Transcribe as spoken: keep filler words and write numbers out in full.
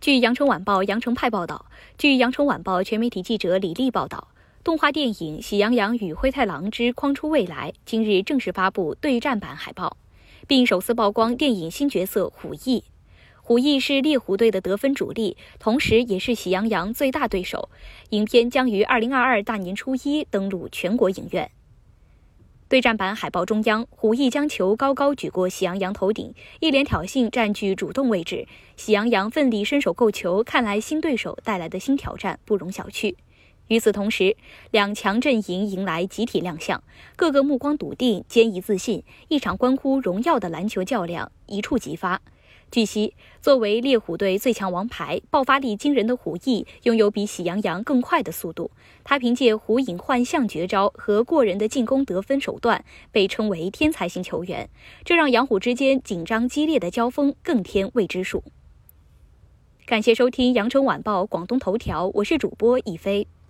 据羊城晚报羊城派报道，据羊城晚报全媒体记者李丽报道，动画电影《喜羊羊与灰太狼之框出未来》今日正式发布对战版海报，并首次曝光电影新角色虎翼。虎翼是猎虎队的得分主力，同时也是喜羊羊最大对手。影片将于二零二二大年初一登陆全国影院。对战版海报中央，虎翼将球高高举过喜羊羊头顶，一连挑衅占据主动位置。喜羊羊奋力伸手够球，看来新对手带来的新挑战不容小觑。与此同时，两强阵营迎来集体亮相，个个目光笃定，坚毅自信，一场关乎荣耀的篮球较量一触即发。据悉，作为猎虎队最强王牌、爆发力惊人的虎翼，拥有比喜羊羊更快的速度。他凭借虎影幻象绝招和过人的进攻得分手段，被称为天才型球员，这让羊虎之间紧张激烈的交锋更添未知数。感谢收听羊城晚报广东头条，我是主播一飞。